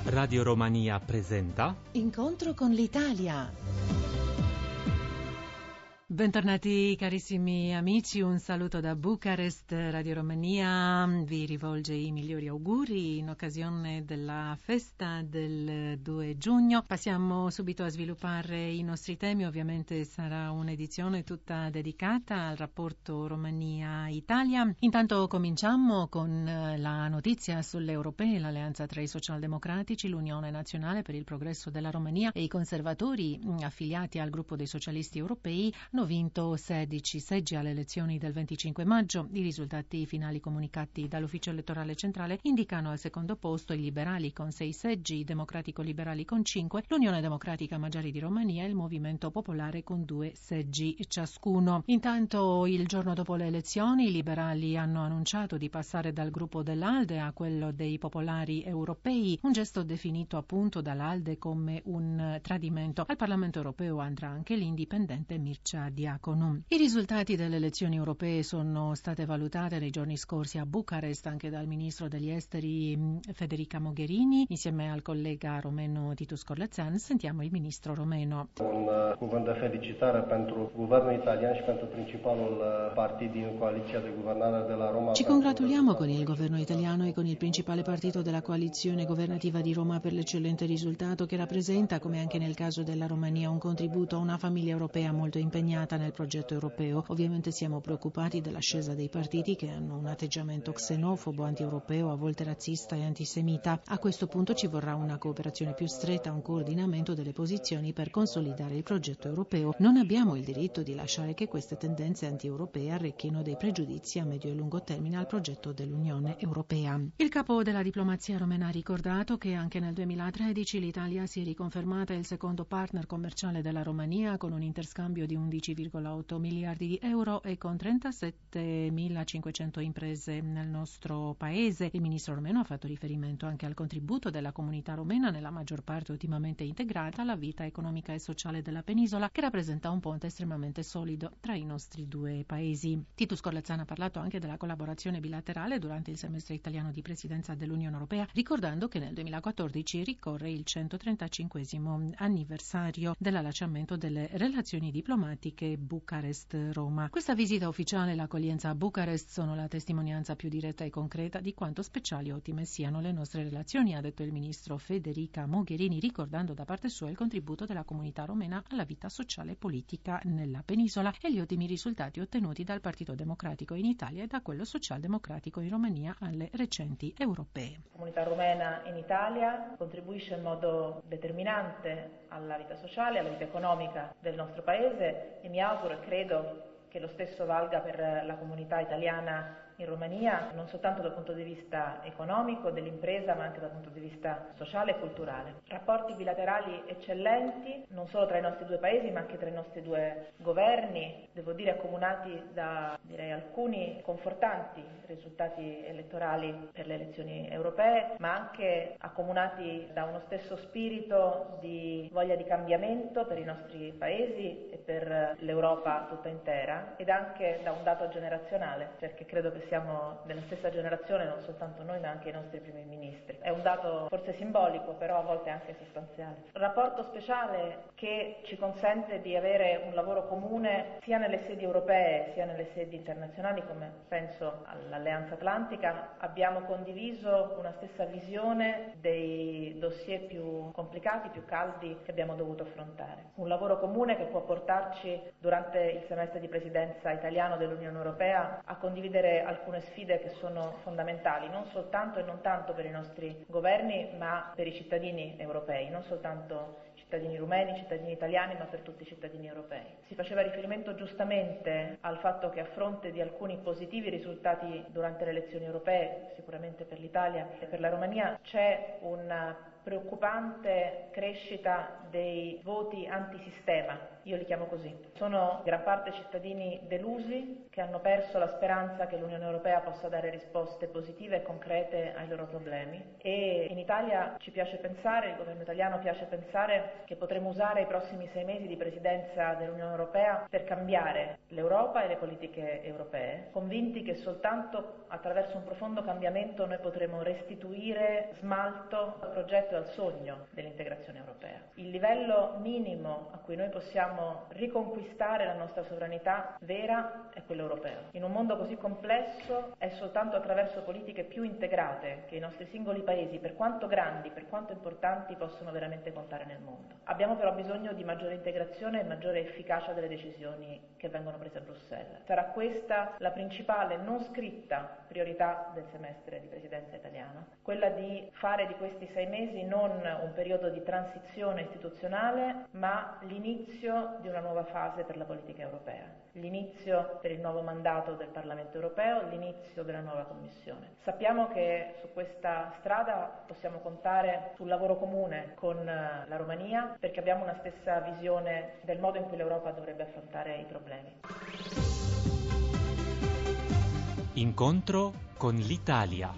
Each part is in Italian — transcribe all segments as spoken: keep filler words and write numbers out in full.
Radio Romania presenta Incontro con l'Italia. Bentornati carissimi amici, un saluto da Bucarest. Radio Romania vi rivolge i migliori auguri in occasione della festa del due giugno. Passiamo subito a sviluppare i nostri temi, ovviamente sarà un'edizione tutta dedicata al rapporto Romania-Italia. Intanto cominciamo con la notizia sulle europee, l'alleanza tra i socialdemocratici, l'Unione Nazionale per il Progresso della Romania e i conservatori affiliati al gruppo dei socialisti europei hanno vinto sedici seggi alle elezioni del venticinque maggio. I risultati finali comunicati dall'ufficio elettorale centrale indicano al secondo posto i liberali con sei seggi, i democratico-liberali con cinque, l'Unione Democratica Maggiari di Romania e il Movimento Popolare con due seggi ciascuno. Intanto, il giorno dopo le elezioni, i liberali hanno annunciato di passare dal gruppo dell'Alde a quello dei popolari europei, un gesto definito appunto dall'Alde come un tradimento. Al Parlamento europeo andrà anche l'indipendente Mircea Diaconu. I risultati delle elezioni europee sono state valutate nei giorni scorsi a Bucarest anche dal ministro degli esteri Federica Mogherini insieme al collega romeno Titus Corlețean. Sentiamo il ministro romeno. Un uh, cuvânt de felicitare pentru guvernul italian și pentru principalul uh, partid din coaliția de guvernare de la Roma. Ci congratuliamo con il governo italiano e con il principale partito della coalizione governativa di Roma per l'eccellente risultato che rappresenta, come anche nel caso della Romania, un contributo a una famiglia europea molto impegnata nel progetto europeo. Ovviamente siamo preoccupati dell'ascesa dei partiti che hanno un atteggiamento xenofobo, anti-europeo, a volte razzista e antisemita. A questo punto ci vorrà una cooperazione più stretta, un coordinamento delle posizioni per consolidare il progetto europeo. Non abbiamo il diritto di lasciare che queste tendenze anti-europee arrecchino dei pregiudizi a medio e lungo termine al progetto dell'Unione Europea. Il capo della diplomazia romena ha ricordato che anche nel duemilatredici l'Italia si è riconfermata il secondo partner commerciale della Romania con un interscambio di undici virgola otto miliardi di euro e con trentasettemilacinquecento imprese nel nostro paese. Il ministro romeno ha fatto riferimento anche al contributo della comunità romena, nella maggior parte ottimamente integrata, alla vita economica e sociale della penisola, che rappresenta un ponte estremamente solido tra i nostri due paesi. Titus Corlețean ha parlato anche della collaborazione bilaterale durante il semestre italiano di presidenza dell'Unione Europea, ricordando che nel duemilaquattordici ricorre il centotrentacinquesimo anniversario dell'allacciamento delle relazioni diplomatiche Bucarest-Roma. Questa visita ufficiale e l'accoglienza a Bucarest sono la testimonianza più diretta e concreta di quanto speciali e ottime siano le nostre relazioni, ha detto il ministro Federica Mogherini, ricordando da parte sua il contributo della comunità romena alla vita sociale e politica nella penisola e gli ottimi risultati ottenuti dal Partito Democratico in Italia e da quello socialdemocratico in Romania alle recenti europee. La comunità romena in Italia contribuisce in modo determinante alla vita sociale, alla vita economica del nostro paese e mi auguro e credo che lo stesso valga per la comunità italiana in Romania, non soltanto dal punto di vista economico dell'impresa, ma anche dal punto di vista sociale e culturale. Rapporti bilaterali eccellenti, non solo tra i nostri due paesi, ma anche tra i nostri due governi, devo dire accomunati da direi alcuni confortanti risultati elettorali per le elezioni europee, ma anche accomunati da uno stesso spirito di voglia di cambiamento per i nostri paesi e per l'Europa tutta intera, ed anche da un dato generazionale, perché credo che siamo della stessa generazione, non soltanto noi ma anche i nostri primi ministri. È un dato forse simbolico, però a volte anche sostanziale. Un rapporto speciale che ci consente di avere un lavoro comune sia nelle sedi europee sia nelle sedi internazionali, come penso all'Alleanza Atlantica. Abbiamo condiviso una stessa visione dei dossier più complicati, più caldi che abbiamo dovuto affrontare. Un lavoro comune che può portarci durante il semestre di presidenza italiano dell'Unione Europea a condividere alcune sfide che sono fondamentali, non soltanto e non tanto per i nostri governi, ma per i cittadini europei, non soltanto cittadini rumeni, cittadini italiani, ma per tutti i cittadini europei. Si faceva riferimento giustamente al fatto che a fronte di alcuni positivi risultati durante le elezioni europee, sicuramente per l'Italia e per la Romania, c'è una preoccupante crescita dei voti antisistema, io li chiamo così. Sono gran parte cittadini delusi che hanno perso la speranza che l'Unione Europea possa dare risposte positive e concrete ai loro problemi, e in Italia ci piace pensare, il governo italiano piace pensare che potremo usare i prossimi sei mesi di presidenza dell'Unione Europea per cambiare l'Europa e le politiche europee, convinti che soltanto attraverso un profondo cambiamento noi potremo restituire smalto al progetto progetto e al sogno dell'integrazione europea. Il livello minimo a cui noi possiamo riconquistare la nostra sovranità vera è quello europeo. In un mondo così complesso è soltanto attraverso politiche più integrate che i nostri singoli paesi, per quanto grandi, per quanto importanti, possono veramente contare nel mondo. Abbiamo però bisogno di maggiore integrazione e maggiore efficacia delle decisioni che vengono prese a Bruxelles. Sarà questa la principale non scritta priorità del semestre di presidenza italiana, quella di fare di questi sei mesi non un periodo di transizione istituzionale, ma l'inizio di una nuova fase per la politica europea, l'inizio per il nuovo mandato del Parlamento europeo, l'inizio della nuova Commissione. Sappiamo che su questa strada possiamo contare sul lavoro comune con la Romania, perché abbiamo una stessa visione del modo in cui l'Europa dovrebbe affrontare i problemi. Incontro con l'Italia.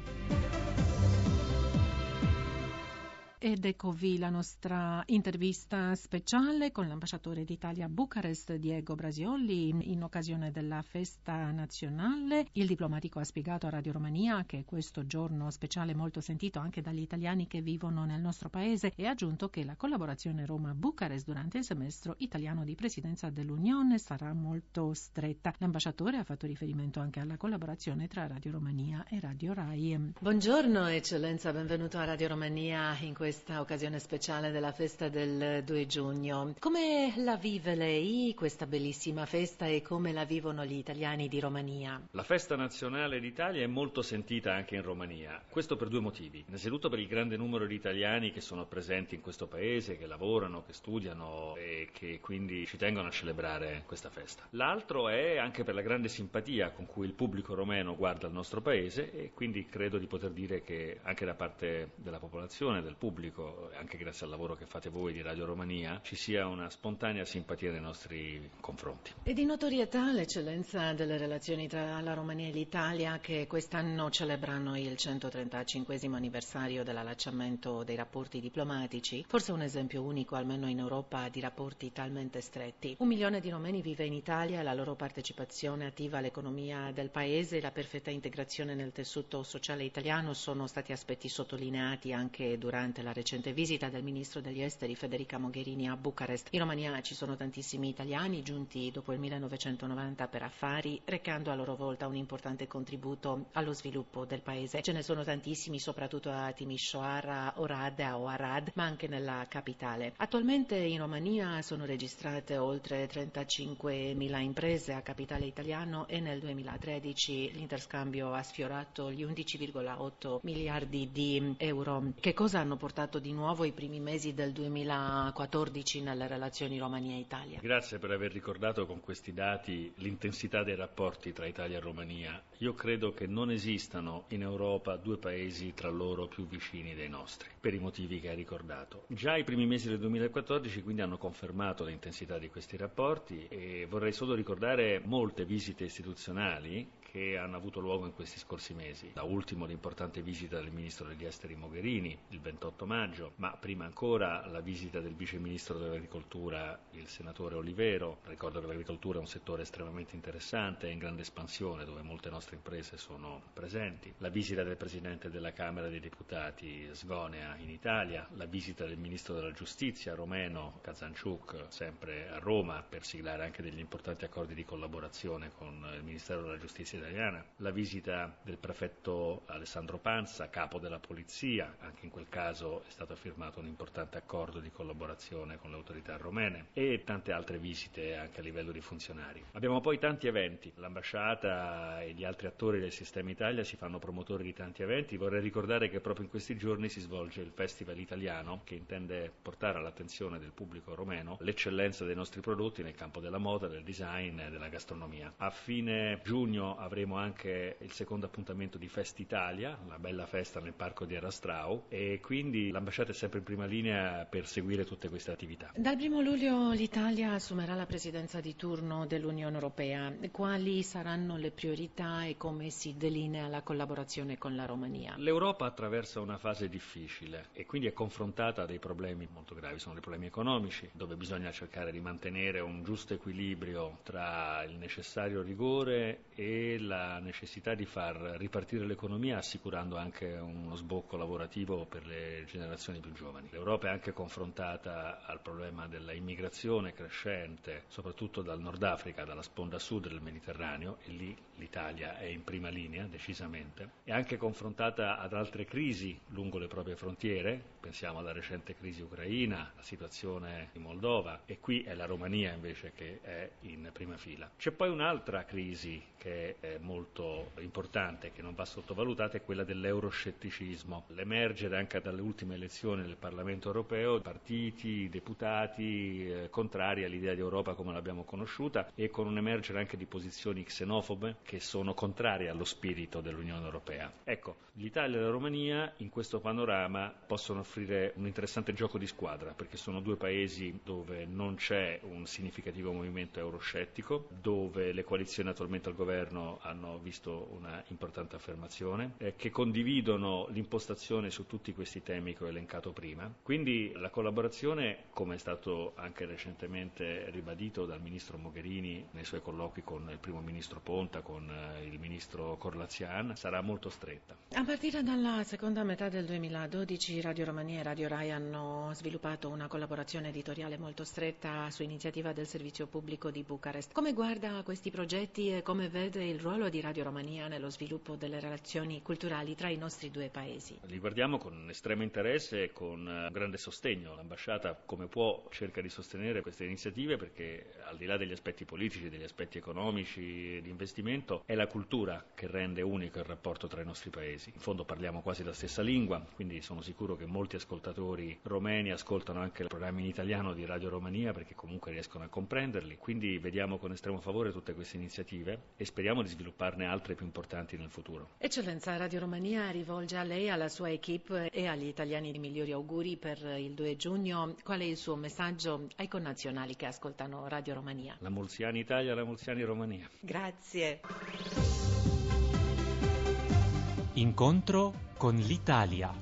Ed eccovi la nostra intervista speciale con l'ambasciatore d'Italia a Bucarest, Diego Brasioli, in occasione della festa nazionale. Il diplomatico ha spiegato a Radio Romania che questo giorno speciale è molto sentito anche dagli italiani che vivono nel nostro paese e ha aggiunto che la collaborazione Roma-Bucarest durante il semestre italiano di presidenza dell'Unione sarà molto stretta. L'ambasciatore ha fatto riferimento anche alla collaborazione tra Radio Romania e Radio Rai. Buongiorno Eccellenza, benvenuto a Radio Romania in questo questa occasione speciale della festa del due giugno. Come la vive lei questa bellissima festa e come la vivono gli italiani di Romania? La festa nazionale d'Italia è molto sentita anche in Romania, questo per due motivi. Innanzitutto per il grande numero di italiani che sono presenti in questo paese, che lavorano, che studiano e che quindi ci tengono a celebrare questa festa. L'altro è anche per la grande simpatia con cui il pubblico romeno guarda il nostro paese e quindi credo di poter dire che anche da parte della popolazione, del pubblico, anche grazie al lavoro che fate voi di Radio Romania, ci sia una spontanea simpatia nei nostri confronti. E di notorietà l'eccellenza delle relazioni tra la Romania e l'Italia, che quest'anno celebrano il centotrentacinquesimo anniversario dell'allacciamento dei rapporti diplomatici, forse un esempio unico almeno in Europa di rapporti talmente stretti. Un milione di romeni vive in Italia e la loro partecipazione attiva all'economia del paese e la perfetta integrazione nel tessuto sociale italiano sono stati aspetti sottolineati anche durante la recente visita del ministro degli esteri Federica Mogherini a Bucarest. In Romania ci sono tantissimi italiani giunti dopo il millenovecentonovanta per affari, recando a loro volta un importante contributo allo sviluppo del paese. Ce ne sono tantissimi, soprattutto a Timișoara, Oradea o Arad, ma anche nella capitale. Attualmente in Romania sono registrate oltre trentacinquemila imprese a capitale italiano e nel duemilatredici l'interscambio ha sfiorato gli undici virgola otto miliardi di euro. Che cosa hanno portato di nuovo i primi mesi del duemilaquattordici nelle relazioni Romania-Italia? Grazie per aver ricordato con questi dati l'intensità dei rapporti tra Italia e Romania. Io credo che non esistano in Europa due paesi tra loro più vicini dei nostri, per i motivi che hai ricordato. Già i primi mesi del duemilaquattordici quindi hanno confermato l'intensità di questi rapporti e vorrei solo ricordare molte visite istituzionali che hanno avuto luogo in questi scorsi mesi. Da ultimo l'importante visita del ministro degli esteri Mogherini il ventotto maggio, ma prima ancora la visita del vice ministro dell'agricoltura, il senatore Olivero. Ricordo che l'agricoltura è un settore estremamente interessante e in grande espansione, dove molte nostre imprese sono presenti. La visita del presidente della Camera dei Deputati Sgonea in Italia, la visita del ministro della giustizia romeno Kazančiuk sempre a Roma per siglare anche degli importanti accordi di collaborazione con il Ministero della Giustizia italiana, la visita del prefetto Alessandro Pansa, capo della polizia, anche in quel caso è stato firmato un importante accordo di collaborazione con le autorità romene e tante altre visite anche a livello di funzionari. Abbiamo poi tanti eventi, l'ambasciata e gli altri attori del sistema Italia si fanno promotori di tanti eventi. Vorrei ricordare che proprio in questi giorni si svolge il Festival Italiano che intende portare all'attenzione del pubblico romeno l'eccellenza dei nostri prodotti nel campo della moda, del design e della gastronomia. A fine giugno avremo anche il secondo appuntamento di Fest Italia, la bella festa nel parco di Erastrau, e quindi l'ambasciata è sempre in prima linea per seguire tutte queste attività. Dal primo luglio l'Italia assumerà la presidenza di turno dell'Unione Europea. Quali saranno le priorità e come si delinea la collaborazione con la Romania? L'Europa attraversa una fase difficile e quindi è confrontata a dei problemi molto gravi, sono dei problemi economici, dove bisogna cercare di mantenere un giusto equilibrio tra il necessario rigore e la necessità di far ripartire l'economia assicurando anche uno sbocco lavorativo per le generazioni più giovani. L'Europa è anche confrontata al problema della immigrazione crescente, soprattutto dal Nord Africa, dalla sponda sud del Mediterraneo, e lì l'Italia è in prima linea, decisamente. È anche confrontata ad altre crisi lungo le proprie frontiere, pensiamo alla recente crisi ucraina, la situazione in Moldova, e qui è la Romania invece che è in prima fila. C'è poi un'altra crisi che è molto importante, che non va sottovalutata, è quella dell'euroscetticismo. L'emergere anche dalle ultime elezioni del Parlamento europeo, partiti, deputati eh, contrari all'idea di Europa come l'abbiamo conosciuta, e con un emergere anche di posizioni xenofobe che sono contrarie allo spirito dell'Unione Europea. Ecco, l'Italia e la Romania in questo panorama possono offrire un interessante gioco di squadra, perché sono due paesi dove non c'è un significativo movimento euroscettico, dove le coalizioni attualmente al governo hanno visto una importante affermazione, eh, che condividono l'impostazione su tutti questi temi che ho elencato prima. Quindi la collaborazione, come è stato anche recentemente ribadito dal ministro Mogherini nei suoi colloqui con il primo ministro Ponta, con il ministro Corlazian, sarà molto stretta. A partire dalla seconda metà del duemiladodici Radio Romania e Radio Rai hanno sviluppato una collaborazione editoriale molto stretta su iniziativa del servizio pubblico di Bucarest. Come guarda a questi progetti e come vede il ruolo di Radio Romania nello sviluppo delle relazioni culturali tra i nostri due paesi? Li guardiamo con estremo interesse e con grande sostegno. L'ambasciata, come può, cerca di sostenere queste iniziative perché, al di là degli aspetti politici, degli aspetti economici, di investimento, è la cultura che rende unico il rapporto tra i nostri paesi. In fondo parliamo quasi la stessa lingua, quindi sono sicuro che molti ascoltatori romeni ascoltano anche i programmi in italiano di Radio Romania perché comunque riescono a comprenderli. Quindi vediamo con estremo favore tutte queste iniziative e speriamo di svilupparne altre più importanti nel futuro. Eccellenza, Radio Romania rivolge a lei, alla sua equipe e agli italiani i migliori auguri per il due giugno. Qual è il suo messaggio ai connazionali che ascoltano Radio Romania? La Mulziani Italia, la Mulziani Romania. Grazie. Incontro con l'Italia.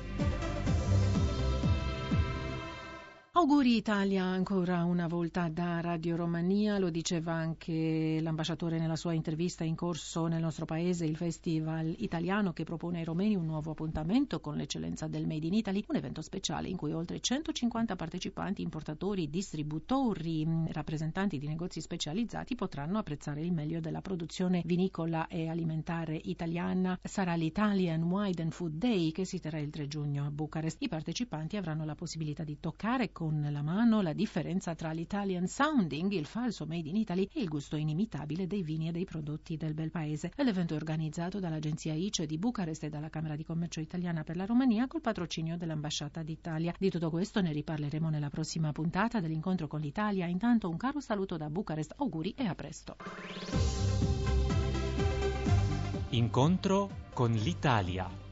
Auguri Italia ancora una volta da Radio Romania, lo diceva anche l'ambasciatore nella sua intervista in corso nel nostro paese, il Festival Italiano che propone ai romeni un nuovo appuntamento con l'eccellenza del Made in Italy, un evento speciale in cui oltre centocinquanta partecipanti, importatori, distributori, rappresentanti di negozi specializzati potranno apprezzare il meglio della produzione vinicola e alimentare italiana. Sarà l'Italian Wine and Food Day che si terrà il tre giugno a Bucarest. I partecipanti avranno la possibilità di toccare con con la mano la differenza tra l'Italian sounding, il falso made in Italy, e il gusto inimitabile dei vini e dei prodotti del bel paese. L'evento è organizzato dall'agenzia I C E di Bucarest e dalla Camera di Commercio Italiana per la Romania col patrocinio dell'Ambasciata d'Italia. Di tutto questo ne riparleremo nella prossima puntata dell'Incontro con l'Italia. Intanto un caro saluto da Bucarest, auguri e a presto. Incontro con l'Italia.